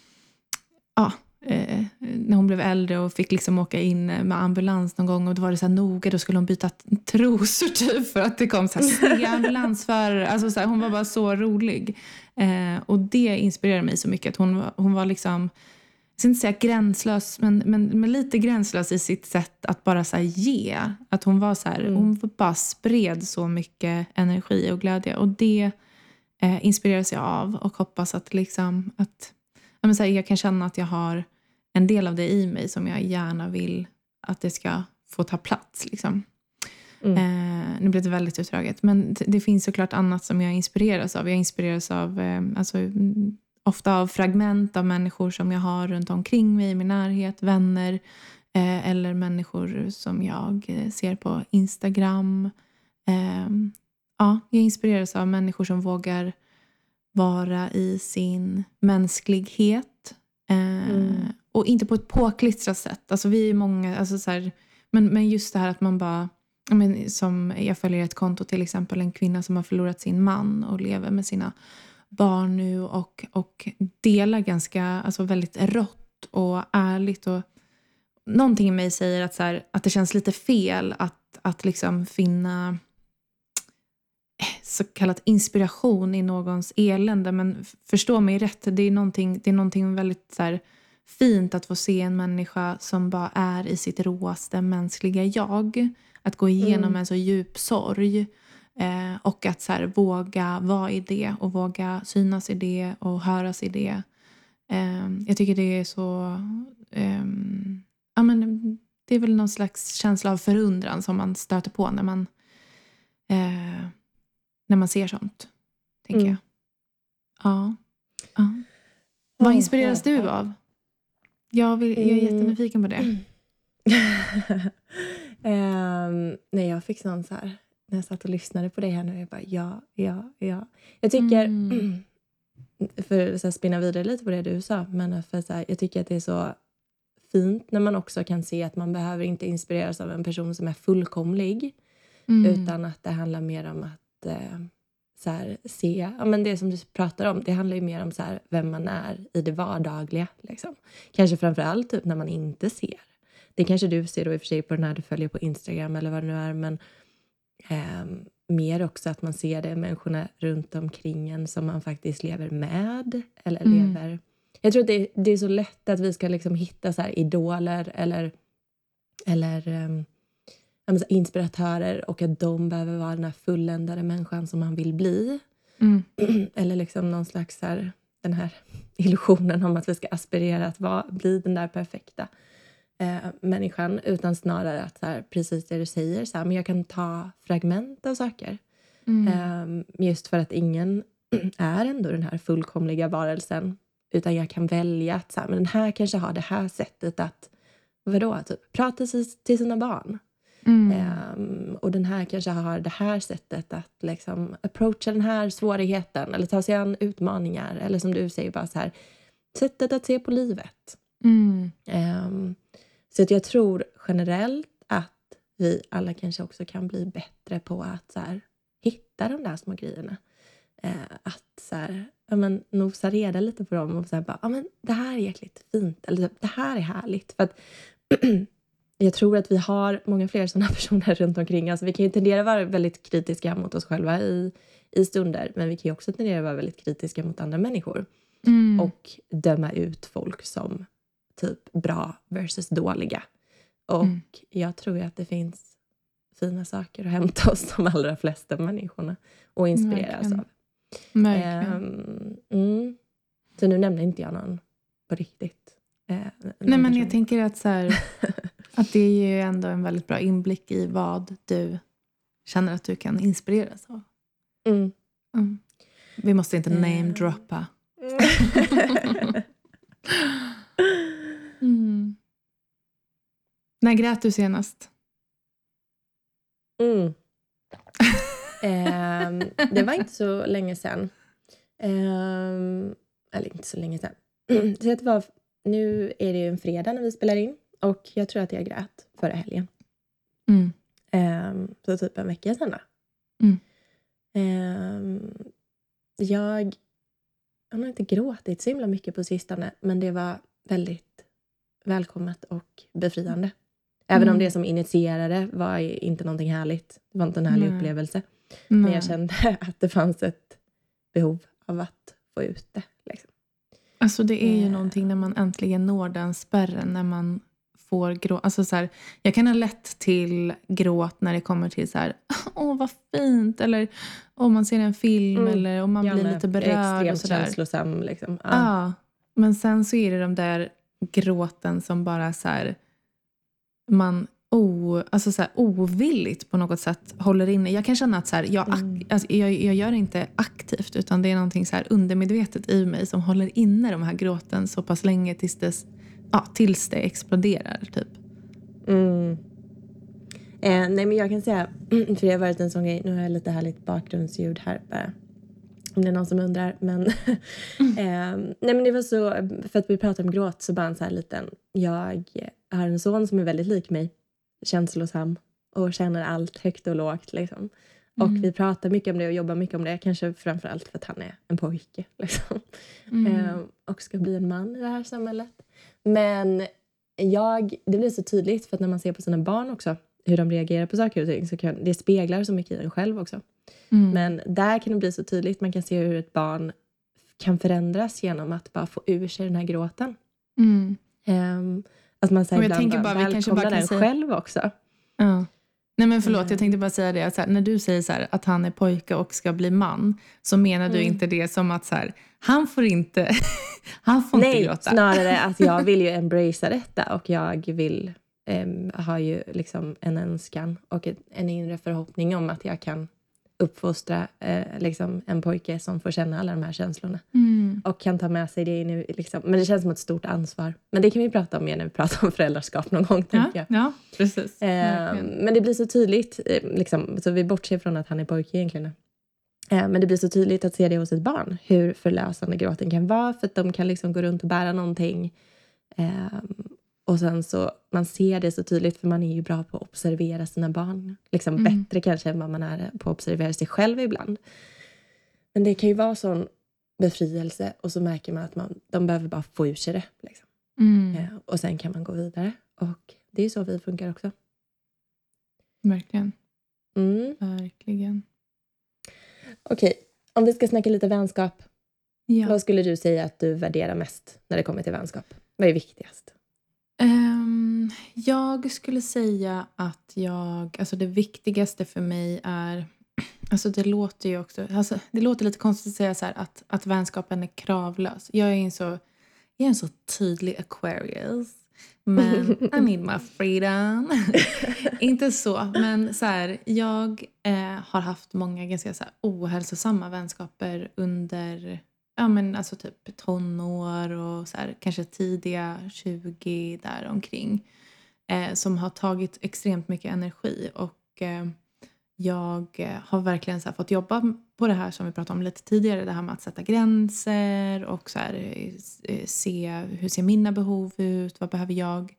ja eh, när hon blev äldre och fick liksom åka in med ambulans någon gång och då var det så här noga, då skulle hon byta trosor typ för att det kom så här snygga ambulansförare, alltså så här, hon var bara så rolig. Eh, och det inspirerar mig så mycket att hon var, hon var liksom, jag ska inte säga gränslös men, men, men lite gränslös i sitt sätt att bara så här ge, att hon var så här, mm. hon bara spred så mycket energi och glädje och det eh, inspireras jag av och hoppas att liksom att ja, men så här, jag kan känna att jag har en del av det i mig som jag gärna vill att det ska få ta plats liksom. Mm. Eh, nu blir det väldigt utdraget. Men det, det finns såklart annat som jag inspireras av. Jag inspireras av eh, alltså, ofta av fragment av människor som jag har runt omkring mig i min närhet. Vänner eh, eller människor som jag eh, ser på Instagram. Eh, ja, jag inspireras av människor som vågar vara i sin mänsklighet. Eh, mm. Och inte på ett påklistrat sätt. Alltså vi är många, alltså så här, men, men just det här att man bara men som jag följer ett konto till exempel, en kvinna som har förlorat sin man och lever med sina barn nu och, och delar ganska, alltså väldigt rått och ärligt och någonting i mig säger att, så här, att det känns lite fel att, att liksom finna så kallat inspiration i någons elände, men förstå mig rätt, det är någonting, det är någonting väldigt så här, fint att få se en människa som bara är i sitt råaste mänskliga jag. Att gå igenom mm. en så djup sorg. Eh, och att så här, våga vara i det. Och våga synas i det. Och höras i det. Eh, jag tycker det är så... Eh, ja, men det är väl någon slags känsla av förundran som man stöter på när man, eh, när man ser sånt. Tänker mm. jag. Ja. ja. Vad inspireras du av? Jag, vill, jag är jättenyfiken på det. um, när jag fick sån så här, när jag satt och lyssnade på det här nu, jag bara ja, ja, ja. Jag tycker, mm. för att spinna vidare lite på det du sa, men för så här, jag tycker att det är så fint när man också kan se att man behöver inte inspireras av en person som är fullkomlig, mm. utan att det handlar mer om att eh, så här, se, ja, men det som du pratar om, det handlar ju mer om så här, vem man är i det vardagliga. Liksom. Kanske framförallt typ när man inte ser. Det kanske du ser då i och för sig på den här du följer på Instagram eller vad det nu är. Men eh, mer också att man ser det människorna runt omkring en som man faktiskt lever med. Eller mm. lever. Jag tror att det, det är så lätt att vi ska liksom hitta så här idoler eller, eller um, inspiratörer. Och att de behöver vara den här fulländade människan som man vill bli. Mm. Eller liksom någon slags så här, den här illusionen om att vi ska aspirera att vara, bli den där perfekta eh, människan. Utan snarare att så här, precis det du säger. Så här, men jag kan ta fragment av saker. Mm. Eh, just för att ingen är ändå den här fullkomliga varelsen. Utan jag kan välja att så här, men den här kanske har det här sättet att, vadå, typ, prata till sina barn. Mm. Um, och den här kanske har det här sättet att liksom approacha den här svårigheten. Eller ta sig an utmaningar. Eller som du säger, bara så här, sättet att se på livet. Mm. Um, så att jag tror generellt att vi alla kanske också kan bli bättre på att så här, hitta de där små grejerna. Uh, att så här, ja, men, nosa reda lite på dem och så här, bara, ja, men det här är jäkligt fint. Eller det här är härligt. För att jag tror att vi har många fler sådana personer runt omkring. Alltså vi kan ju tendera att vara väldigt kritiska mot oss själva i, i stunder. Men vi kan ju också tendera att vara väldigt kritiska mot andra människor. Mm. Och döma ut folk som typ bra versus dåliga. Och mm. jag tror ju att det finns fina saker att hämta hos de allra flesta människorna. Och inspireras Verkligen. av. Verkligen. Um, mm. Så nu nämner inte jag någon på riktigt. Eh, någon Nej, men person. jag tänker att så här, att det är ju ändå en väldigt bra inblick i vad du känner att du kan inspireras av. Mm. Mm. Vi måste inte name-droppa. mm. När grät du senast? Mm. eh, det var inte så länge sedan. Eh, eller inte så länge sedan. Så det var, nu är det ju en fredag när vi spelar in. Och jag tror att jag grät förra helgen. Mm. Um, så typ en vecka sedan. Mm. Um, jag, jag har inte gråtit så himla mycket på sistone. Men det var väldigt välkommet och befriande. Även mm. om det som initierade var inte någonting härligt. Det var inte en härlig mm. upplevelse. Mm. Men jag kände att det fanns ett behov av att få ut det. Liksom. Alltså det är ju uh. någonting när man äntligen når den spärren. När man får gråt. Alltså så här, jag kan ha lätt till gråt när det kommer till så här, åh vad fint. Eller om man ser en film mm. eller om man jag blir med. lite berörd. Extremt och så där. känslosam liksom. Ja. Ah. Men sen så är det de där gråten som bara så här, man o, alltså så här, ovilligt på något sätt håller inne. Jag kan känna att så här, jag, mm. alltså, jag, jag gör det inte aktivt utan det är någonting så här undermedvetet i mig som håller inne de här gråten så pass länge tills det, ja, tills det exploderar typ. Mm. Eh, nej men jag kan säga, för det har varit en sån grej, nu har jag lite härligt bakgrundsljud här bara. Om det är någon som undrar. Men, mm. eh, nej men det var så, för att vi pratade om gråt så bara en så här liten, jag har en son som är väldigt lik mig. Känslosam. Och känner allt högt och lågt liksom. Och mm. vi pratar mycket om det och jobbar mycket om det. Kanske framförallt för att han är en pojke liksom. Mm. Eh, och ska bli en man i det här samhället. Men jag, det blir så tydligt för att när man ser på sina barn också. Hur de reagerar på saker och ting. Så kan, det speglar så mycket i en själv också. Mm. Men där kan det bli så tydligt. Man kan se hur ett barn kan förändras genom att bara få ur sig den här gråten. Mm. Um, att man säger ibland bara, bara välkomna den säga... själv också. Ja. Nej men förlåt, mm. jag tänkte bara säga det. Att så här, när du säger så här, att han är pojke och ska bli man. Så menar du mm. inte det som att så här, han får inte, han får Nej, inte gråta. Nej, snarare att jag vill ju embracea detta. Och jag vill um, ha ju liksom en önskan och ett, en inre förhoppning om att jag kan uppfostra eh, liksom en pojke som får känna alla de här känslorna. Mm. Och kan ta med sig det in i, liksom, men det känns som ett stort ansvar. Men det kan vi prata om mer när vi pratar om föräldraskap någon gång, ja, tänker jag. Ja, precis. Eh, men det blir så tydligt, eh, liksom, så vi bortser från att han är pojke egentligen. Eh, men det blir så tydligt att se det hos ett barn. Hur förlösande gråten kan vara. För att de kan liksom gå runt och bära någonting. Eh, Och sen så, man ser det så tydligt för man är ju bra på att observera sina barn. Liksom mm. bättre kanske än vad man är på att observera sig själv ibland. Men det kan ju vara sån befrielse och så märker man att man, de behöver bara få ur sig det. Liksom. Mm. Eh, och sen kan man gå vidare. Och det är så vi funkar också. Verkligen. Mm. Verkligen. Okej, om vi ska snacka lite vänskap. Ja. Vad skulle du säga att du värderar mest när det kommer till vänskap? Vad är viktigast? Um, jag skulle säga att jag, alltså det viktigaste för mig är, alltså det låter ju också, alltså det låter lite konstigt att säga så här att, att vänskapen är kravlös. Jag är en så, jag är en så tydlig Aquarius. Men I need my freedom. Inte så, men så här, jag eh, har haft många ganska så här, ohälsosamma vänskaper under, ja men alltså typ tonår och så här, kanske tidiga tjugo där omkring. Eh, som har tagit extremt mycket energi och eh, jag eh, har verkligen så här, fått jobba på det här som vi pratade om lite tidigare. Det här med att sätta gränser och så här, eh, se hur ser mina behov ut, vad behöver jag.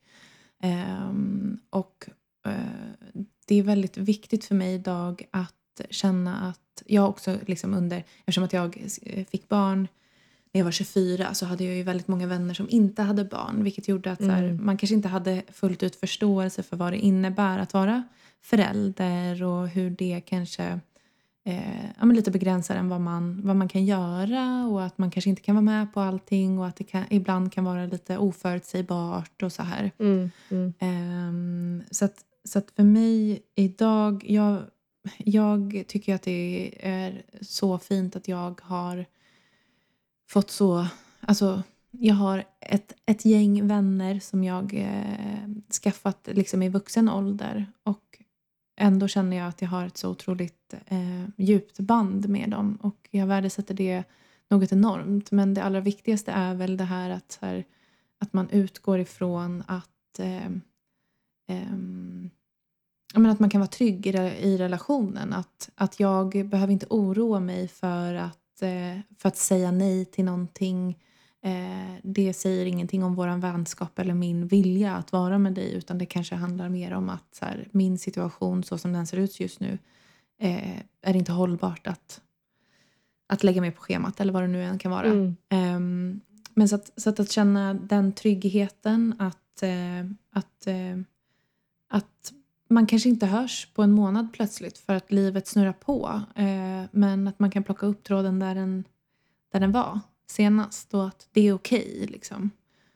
Um, och uh, det är väldigt viktigt för mig idag att känna att jag också liksom under, eftersom att jag fick barn när jag var tjugofyra så hade jag ju väldigt många vänner som inte hade barn, vilket gjorde att Mm. så här, man kanske inte hade fullt ut förståelse för vad det innebär att vara förälder och hur det kanske eh, ja, men lite begränsar än vad man, vad man kan göra och att man kanske inte kan vara med på allting och att det kan, ibland kan vara lite oförutsägbart och så här. Mm. Mm. Um, så, att, så att för mig idag, jag, jag tycker att det är så fint att jag har fått så, alltså jag har ett, ett gäng vänner som jag eh, skaffat liksom i vuxen ålder och ändå känner jag att jag har ett så otroligt eh, djupt band med dem. Och jag värdesätter det något enormt. Men det allra viktigaste är väl det här att, här, att man utgår ifrån att, eh, eh, jag menar att man kan vara trygg i, i relationen. Att, att jag behöver inte oroa mig för att, eh, för att säga nej till någonting. Eh, det säger ingenting om våran vänskap eller min vilja att vara med dig, utan det kanske handlar mer om att så här, min situation så som den ser ut just nu eh, är inte hållbart att, att lägga mig på schemat eller vad det nu än kan vara. Mm. Eh, men så att, så att, att känna den tryggheten att, eh, att, eh, att man kanske inte hörs på en månad plötsligt för att livet snurrar på, eh, men att man kan plocka upp tråden där den, där den var senast och att det är okej liksom.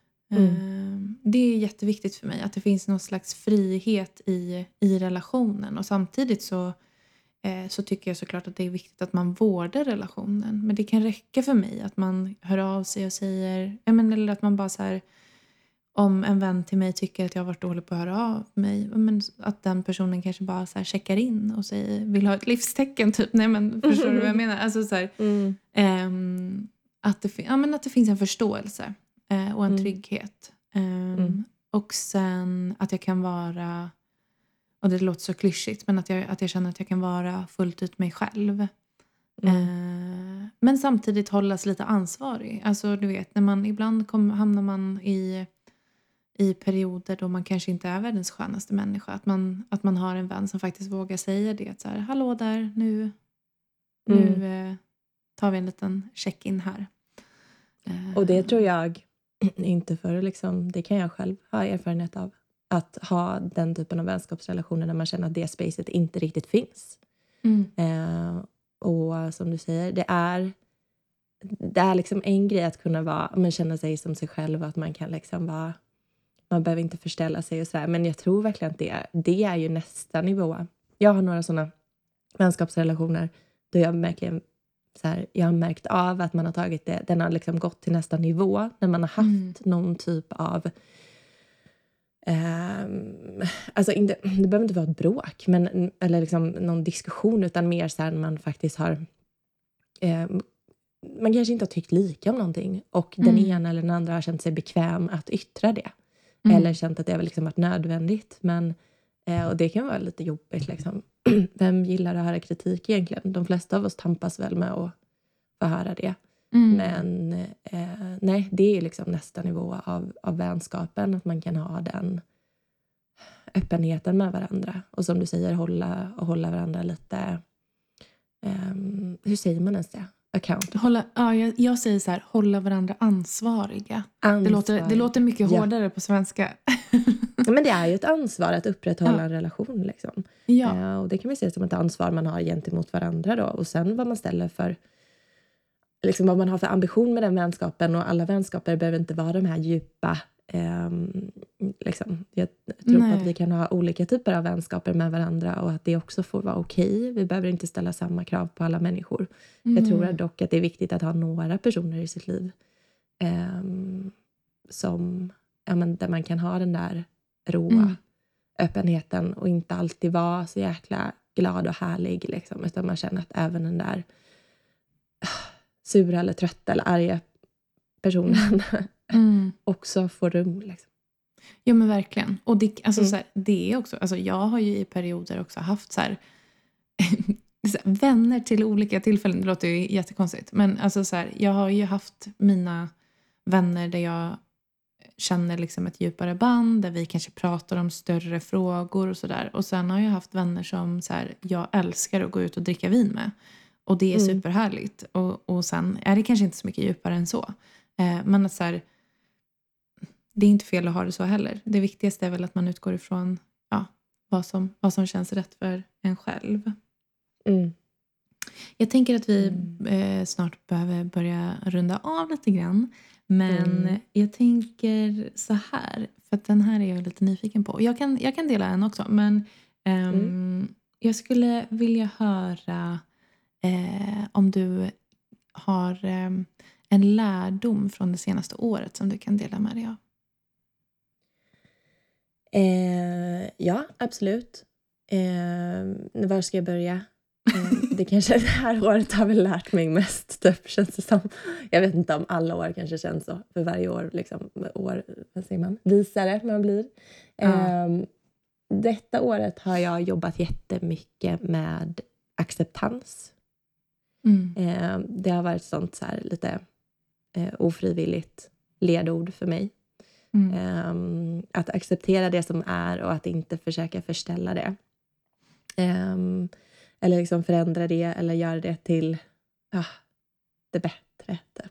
Mm. Det är jätteviktigt för mig att det finns någon slags frihet i, i relationen och samtidigt så, eh, så tycker jag såklart att det är viktigt att man vårdar relationen, men det kan räcka för mig att man hör av sig och säger, jag menar, eller att man bara så här, om en vän till mig tycker att jag har varit dålig på att höra av mig, men att den personen kanske bara så här checkar in och säger, vill ha ett livstecken typ, nej men förstår du vad jag menar, alltså så här, mm. ehm, Att det, ja, men att det finns en förståelse eh, och en mm. trygghet. Um, mm. Och sen att jag kan vara, och det låter så klyschigt, men att jag, att jag känner att jag kan vara fullt ut mig själv. Mm. Uh, men samtidigt hållas lite ansvarig. Alltså du vet, när man ibland kom, hamnar man i, i perioder då man kanske inte är världens skönaste människa. Att man, att man har en vän som faktiskt vågar säga det. Så här, hallå där, nu, mm. nu uh, tar vi en liten check-in här. Och det tror jag inte för liksom, det kan jag själv ha erfarenhet av. Att ha den typen av vänskapsrelationer när man känner att det spacet inte riktigt finns. Mm. Eh, och som du säger, det är det är liksom en grej att kunna vara, men känna sig som sig själv och att man kan liksom vara, man behöver inte förställa sig och sådär. Men jag tror verkligen att det, det är ju nästa nivå. Jag har några sådana vänskapsrelationer då jag verkligen så här, jag har märkt av att man har tagit det, den har liksom gått till nästa nivå när man har haft mm. någon typ av um, alltså inte, det behöver inte vara ett bråk men, eller liksom någon diskussion, utan mer så här när man faktiskt har um, man kanske inte har tyckt lika om någonting och mm. den ena eller den andra har känt sig bekväm att yttra det mm. eller känt att det har liksom varit nödvändigt, men eh, och det kan vara lite jobbigt liksom. Vem gillar att höra kritik egentligen? De flesta av oss tampas väl med att få höra det. Mm. Men eh, nej, det är liksom nästa nivå av, av vänskapen. Att man kan ha den öppenheten med varandra. Och som du säger, hålla, och hålla varandra lite... Um, hur säger man ens det? accountable. Hålla, ja, jag, jag säger så här, hålla varandra ansvariga. Ansvar. Det låter, det låter mycket Ja. hårdare på svenska. Ja, men det är ju ett ansvar att upprätthålla Ja. en relation. Liksom. Ja. Eh, och det kan vi se som ett ansvar man har gentemot varandra då. Och sen vad man ställer för, liksom vad man har för ambition med den vänskapen. Och alla vänskaper behöver inte vara de här djupa. Eh, liksom. Jag tror Nej. på att vi kan ha olika typer av vänskaper med varandra. Och att det också får vara okej. Vi behöver inte ställa samma krav på alla människor. Mm. Jag tror dock att det är viktigt att ha några personer i sitt liv. Eh, som, ja, men, där man kan ha den där råa Mm. öppenheten och inte alltid vara så jäkla glad och härlig liksom, utan man känner att även den där uh, sura eller trötta eller arga personen Mm. också får rum liksom. Ja men verkligen. Och det, alltså, Mm. så här, det är också, alltså, jag har ju i perioder också haft så här, så här, vänner till olika tillfällen. Det låter ju jättekonstigt. Men alltså, så här, jag har ju haft mina vänner där jag känner liksom ett djupare band. Där vi kanske pratar om större frågor och sådär. Och sen har jag haft vänner som så här, jag älskar att gå ut och dricka vin med. Och det är Mm. superhärligt. Och, och sen är det kanske inte så mycket djupare än så. Eh, men att så här, det är inte fel att ha det så heller. Det viktigaste är väl att man utgår ifrån ja, vad, som, vad som känns rätt för en själv. Mm. Jag tänker att vi Mm. eh, snart behöver börja runda av lite grann. Men Mm. jag tänker så här. För att den här är jag lite nyfiken på. Jag kan, jag kan dela en också. Men ehm, Mm. jag skulle vilja höra eh, om du har eh, en lärdom från det senaste året som du kan dela med dig av. Eh, ja, absolut. Eh, var ska jag börja? Eh, det kanske det här året har väl lärt mig mest, typ, känns det som. Jag vet inte om alla år kanske känns så. För varje år, liksom, år vad säger man, visare man blir. Ja. Eh, detta året har jag jobbat jättemycket med acceptans. Mm. Eh, det har varit sånt så här lite eh, ofrivilligt ledord för mig. Mm. Um, att acceptera det som är och att inte försöka förställa det. Um, eller liksom förändra det eller göra det till ah, det bättre. Typ.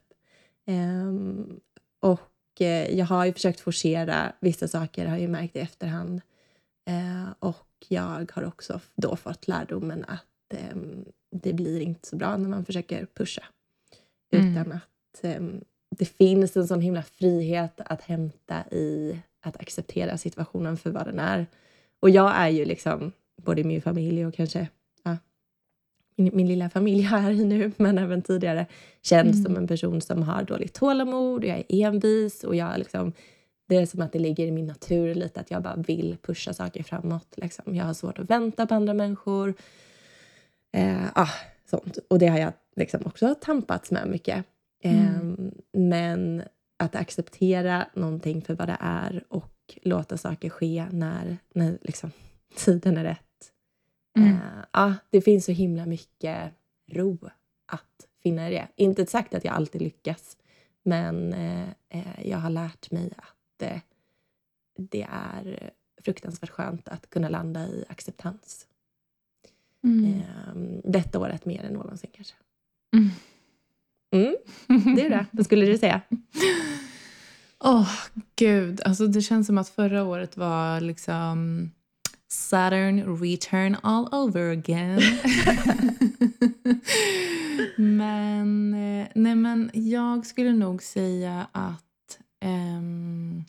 Um, och uh, jag har ju försökt forcera vissa saker, har jag ju märkt i efterhand. Uh, och jag har också då fått lärdomen att um, det blir inte så bra när man försöker pusha. Mm. Utan att um, det finns en sån himla frihet att hämta i att acceptera situationen för vad den är. Och jag är ju liksom, både min familj och kanske ja, min, min lilla familj här nu, men även tidigare, känns Mm. som en person som har dåligt tålamod. Jag är envis och jag liksom, det är som att det ligger i min natur lite att jag bara vill pusha saker framåt. Liksom. Jag har svårt att vänta på andra människor. Eh, ah, sånt. Och det har jag liksom också tampats med mycket. Mm. Um, men att acceptera någonting för vad det är och låta saker ske när, när liksom, tiden är rätt. Mm. Uh, ja, det finns så himla mycket ro att finna i det. Inte sagt att jag alltid lyckas, men uh, uh, jag har lärt mig att uh, det är fruktansvärt skönt att kunna landa i acceptans. Mm. Um, detta året mer än någonsin kanske. Mm. Mm, det är det. Vad skulle du säga? Åh, oh, gud. Alltså det känns som att förra året var liksom Saturn return all over again. men, nej men jag skulle nog säga att um,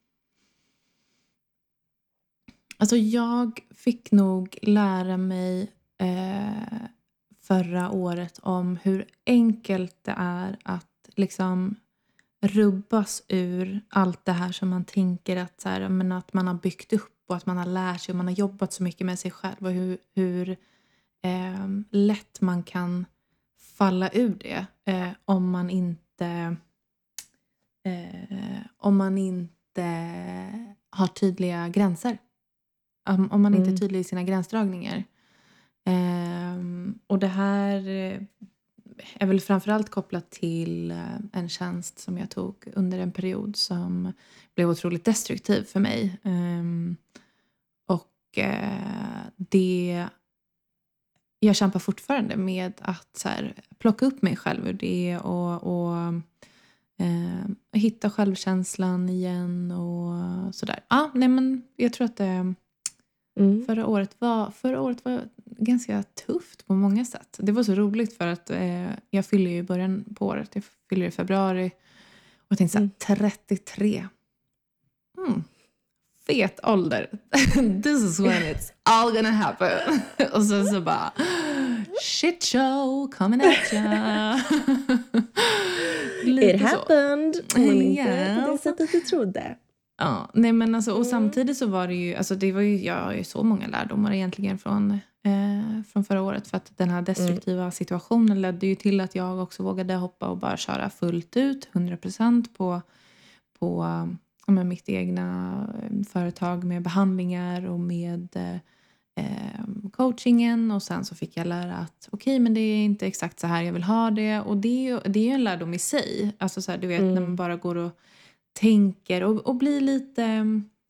alltså jag fick nog lära mig eh, förra året om hur enkelt det är att liksom rubbas ur allt det här som man tänker att, så här, men att man har byggt upp och att man har lärt sig och man har jobbat så mycket med sig själv och hur, hur eh, lätt man kan falla ur det eh, om man inte eh, om man inte har tydliga gränser. Om, om man inte är Mm. tydlig i sina gränsdragningar. Eh, och det här är väl framförallt kopplat till en tjänst som jag tog under en period som blev otroligt destruktiv för mig. Um, och uh, det jag kämpar fortfarande med att så här, plocka upp mig själv ur det och, och eh, hitta självkänslan igen och sådär. Ja, nej men jag tror att det, Mm. förra, året var, förra året var ganska tufft på många sätt. Det var så roligt för att eh, jag fyller ju i början på året. Jag fyller i februari och jag tänkte så här, trettiotre. Mm. Fet ålder. This is when it's all gonna happen. Och sen så bara shit show coming at ya. It happened. Men inte Yeah. på det sättet du trodde. Ja, nej men alltså, och samtidigt så var det ju, alltså det var ju, jag har ju så många lärdomar egentligen från, eh, från förra året. För att den här destruktiva mm. situationen ledde ju till att jag också vågade hoppa och bara köra fullt ut, hundra procent på, på med mitt egna företag med behandlingar och med eh, coachingen. Och sen så fick jag lära att okej, okay, men det är inte exakt så här jag vill ha det. Och det är ju, det är ju en lärdom i sig. Alltså så här, du vet mm. när man bara går och tänker och, och blir lite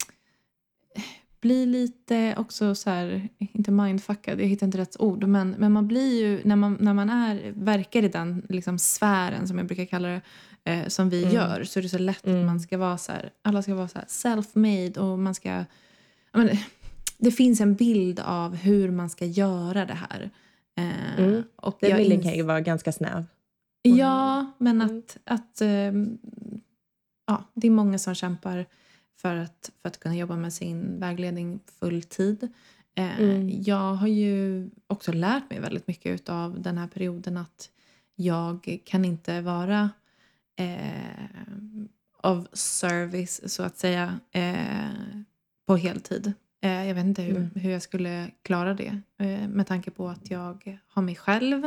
blir lite också så här, inte mindfuckad, jag hittar inte rätt ord, men, men man blir ju, när man, när man är, verkar i den liksom sfären som jag brukar kalla det, eh, som vi mm. gör, så är det så lätt mm. att man ska vara så här, alla ska vara så här self-made och man ska, men, det finns en bild av hur man ska göra det här. Eh, mm. och den bilden ins- kan ju vara ganska snäv. Mm. Ja, men mm. att, att eh, ja, det är många som kämpar för att, för att kunna jobba med sin vägledning fulltid. Eh, mm. Jag har ju också lärt mig väldigt mycket av den här perioden att jag kan inte vara eh, av service så att säga eh, på heltid. Eh, jag vet inte hur, mm. hur jag skulle klara det eh, med tanke på att jag har mig själv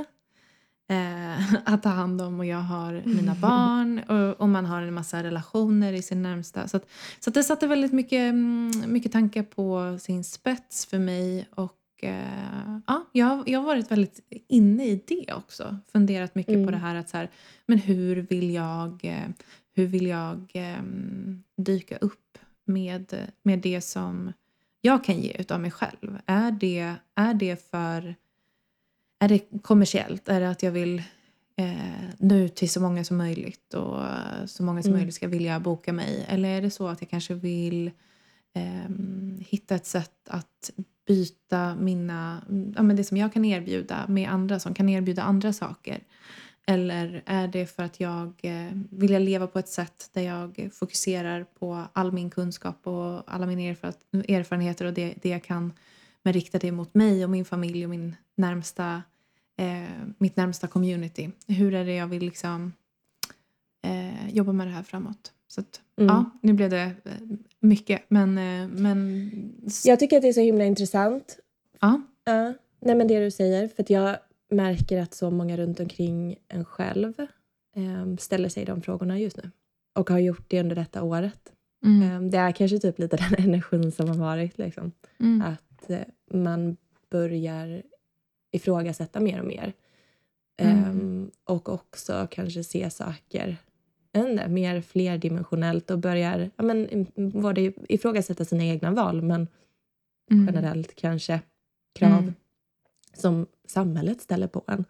Eh, att ta hand om och jag har mina barn och, och man har en massa relationer i sin närmsta. Så, att, så att det satte väldigt mycket, mycket tankar på sin spets för mig och eh, ja, jag, jag har varit väldigt inne i det också. Funderat mycket mm. på det här att så här, men hur vill jag, hur vill jag eh, dyka upp med, med det som jag kan ge utav mig själv. Är det, är det för... Är det kommersiellt? Är det att jag vill eh, nå ut till så många som möjligt och så många som mm. möjligt ska vilja boka mig? Eller är det så att jag kanske vill eh, hitta ett sätt att byta mina, ja, men det som jag kan erbjuda med andra som kan erbjuda andra saker? Eller är det för att jag eh, vill jag leva på ett sätt där jag fokuserar på all min kunskap och alla mina erfar- erfarenheter och det, det jag kan, men rikta det mot mig och min familj och min närmsta Eh, mitt närmsta community. Hur är det jag vill liksom eh, jobba med det här framåt. Så att, mm. ja, nu blev det mycket. Men, eh, men... Jag tycker att det är så himla intressant. Ja. Uh, nej men det du säger. För att jag märker att så många runt omkring en själv eh, ställer sig de frågorna just nu. Och har gjort det under detta året. Mm. Eh, det är kanske typ lite den energin som har varit. Liksom. Mm. Att eh, man börjar ifrågasätta mer och mer. Mm. Um, och också kanske se saker inte, mer flerdimensionellt och börjar ja, men, var det ifrågasätta sina egna val men mm. generellt kanske krav mm. som samhället ställer på en.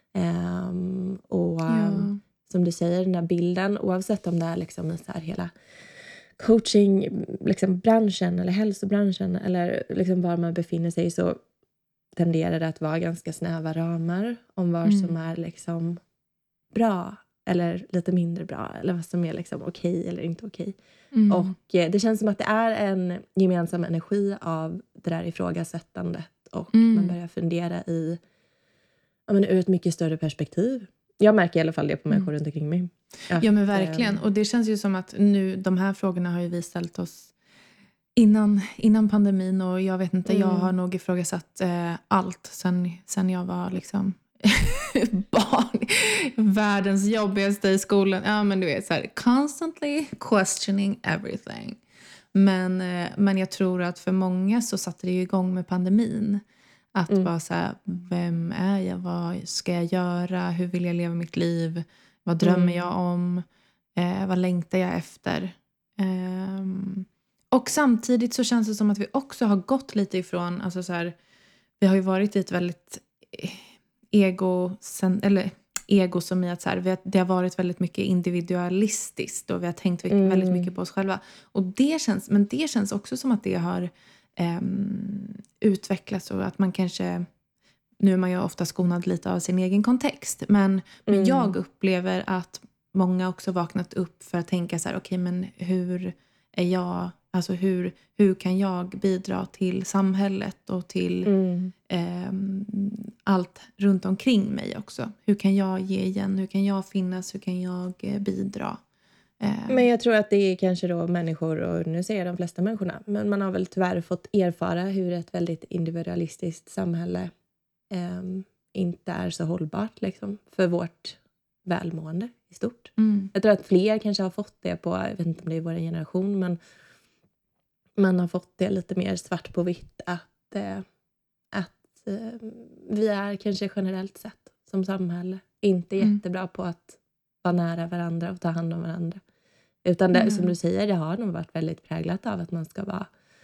Um, och ja. um, som du säger, den där bilden, oavsett om det är liksom i så här hela coaching liksom branschen eller hälsobranschen eller liksom var man befinner sig, så tenderar det att vara ganska snäva ramar om vad mm. som är liksom bra eller lite mindre bra eller vad som är liksom okej eller inte okej. Mm. Och eh, det känns som att det är en gemensam energi av det där ifrågasättandet och mm. man börjar fundera i ja, men ur ett mycket större perspektiv. Jag märker i alla fall det på människor mm. runt omkring mig. Att, ja men verkligen. Och det känns ju som att nu, de här frågorna har ju vi ställt oss Innan, innan pandemin och jag vet inte, mm. jag har nog ifrågasatt eh, allt sen, sen jag var liksom barn. Världens jobbigaste i skolan. Ja men du vet så här, constantly questioning everything. Men, eh, men jag tror att för många så satte det ju igång med pandemin. Att mm. bara så här, vem är jag? Vad ska jag göra? Hur vill jag leva mitt liv? Vad drömmer mm. jag om? Eh, vad längtar jag efter? Ehm... Och samtidigt så känns det som att vi också har gått lite ifrån, alltså så här, vi har ju varit i ett väldigt ego, sen, eller ego som i att så här, vi har, det har varit väldigt mycket individualistiskt och vi har tänkt Mm. väldigt mycket på oss själva. Och det känns, men det känns också som att det har um, utvecklats och att man kanske, nu är man ju ofta skonad lite av sin egen kontext, men, men Mm. jag upplever att många också vaknat upp för att tänka så här, okej, men hur är jag, alltså hur, hur kan jag bidra till samhället och till Mm. eh, allt runt omkring mig också. Hur kan jag ge igen? Hur kan jag finnas? Hur kan jag eh, bidra? Eh, Men jag tror att det är kanske då människor, och nu säger jag de flesta människorna, men man har väl tyvärr fått erfara hur ett väldigt individualistiskt samhälle eh, inte är så hållbart liksom, för vårt välmående i stort. mm, Jag tror att fler kanske har fått det på, jag vet inte om det är vår generation, men man har fått det lite mer svart på vitt att, eh, att eh, vi är kanske generellt sett som samhälle inte Mm. jättebra på att vara nära varandra och ta hand om varandra. Utan det, Mm. som du säger, det har nog varit väldigt präglat av att man ska vara,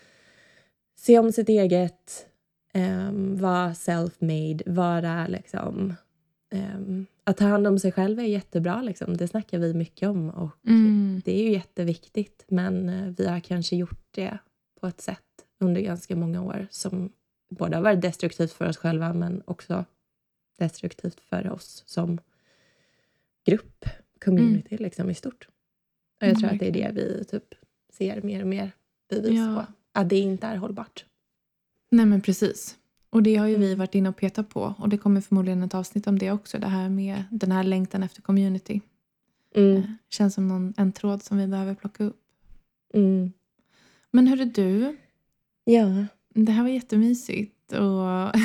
se om sitt eget, um, vara self-made, vara liksom, um, att ta hand om sig själv är jättebra liksom. Det snackar vi mycket om och mm, det är ju jätteviktigt, men uh, vi har kanske gjort det på ett sätt under ganska många år som både har varit destruktivt för oss själva men också destruktivt för oss som grupp, community liksom i stort. Och jag Mm, tror att det är det verkligen. vi typ ser mer och mer bevis Ja. på. Att det inte är hållbart. Nej, men precis. Och det har ju vi Mm. varit inne och petat på. Och det kommer förmodligen ett avsnitt om det också. Det här med den här längtan efter community. Mm. Eh, känns som någon, en tråd som vi behöver plocka upp. Mm. Men hörru du, Ja. det här var jättemysigt. Och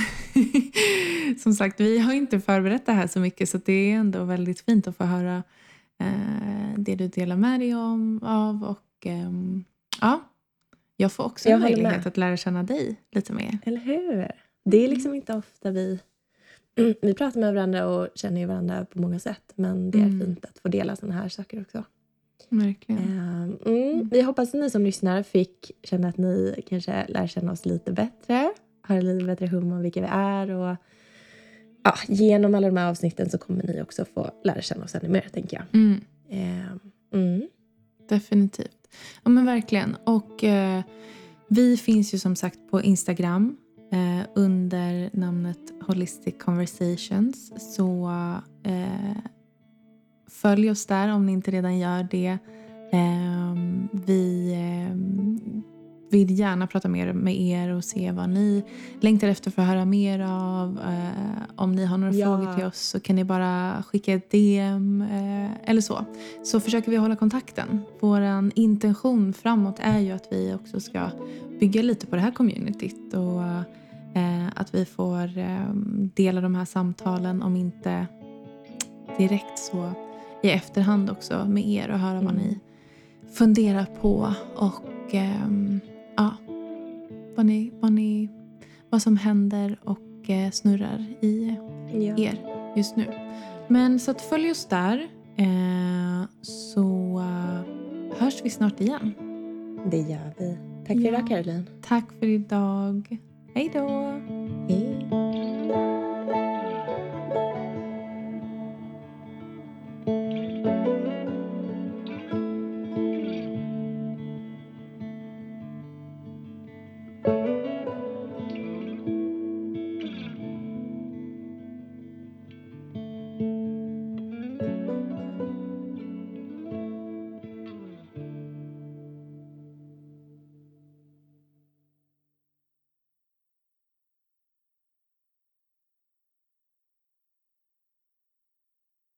som sagt, vi har inte förberett det här så mycket. Så det är ändå väldigt fint att få höra eh, det du delar med dig om, av. Och ehm, ja, jag får också Jag en håller möjlighet med. att lära känna dig lite mer. Eller hur? Det är liksom inte ofta vi... Vi pratar med varandra och känner ju varandra på många sätt. Men det är Mm. fint att få dela såna här saker också. Verkligen. Um, mm. Vi hoppas att ni som lyssnar fick känna att ni kanske lär känna oss lite bättre. Har lite bättre hum om vilka vi är. Och ja, genom alla de här avsnitten så kommer ni också få lära känna oss ännu mer, tänker jag. Mm. Um, mm. Definitivt. Ja, men verkligen. Och eh, vi finns ju som sagt på Instagram eh, under namnet Holistic Conversations. Så eh, följ oss där om ni inte redan gör det. Eh, vi eh, vill gärna prata mer med er och se vad ni längtar efter för att höra mer av. Eh, om ni har några Ja. frågor till oss så kan ni bara skicka ett D M eh, eller så. Så försöker vi hålla kontakten. Vår intention framåt är ju att vi också ska bygga lite på det här communityt. Och eh, att vi får eh, dela de här samtalen, om inte direkt så i efterhand också med er och höra Mm. vad ni funderar på. Och ehm, ja, vad, ni, vad, ni, vad som händer och eh, snurrar i Ja. er just nu. Men så att följ oss där, eh, så eh, hörs vi snart igen. Det gör vi. Tack för Ja. idag, Caroline. Tack för idag. Hej då! Hej.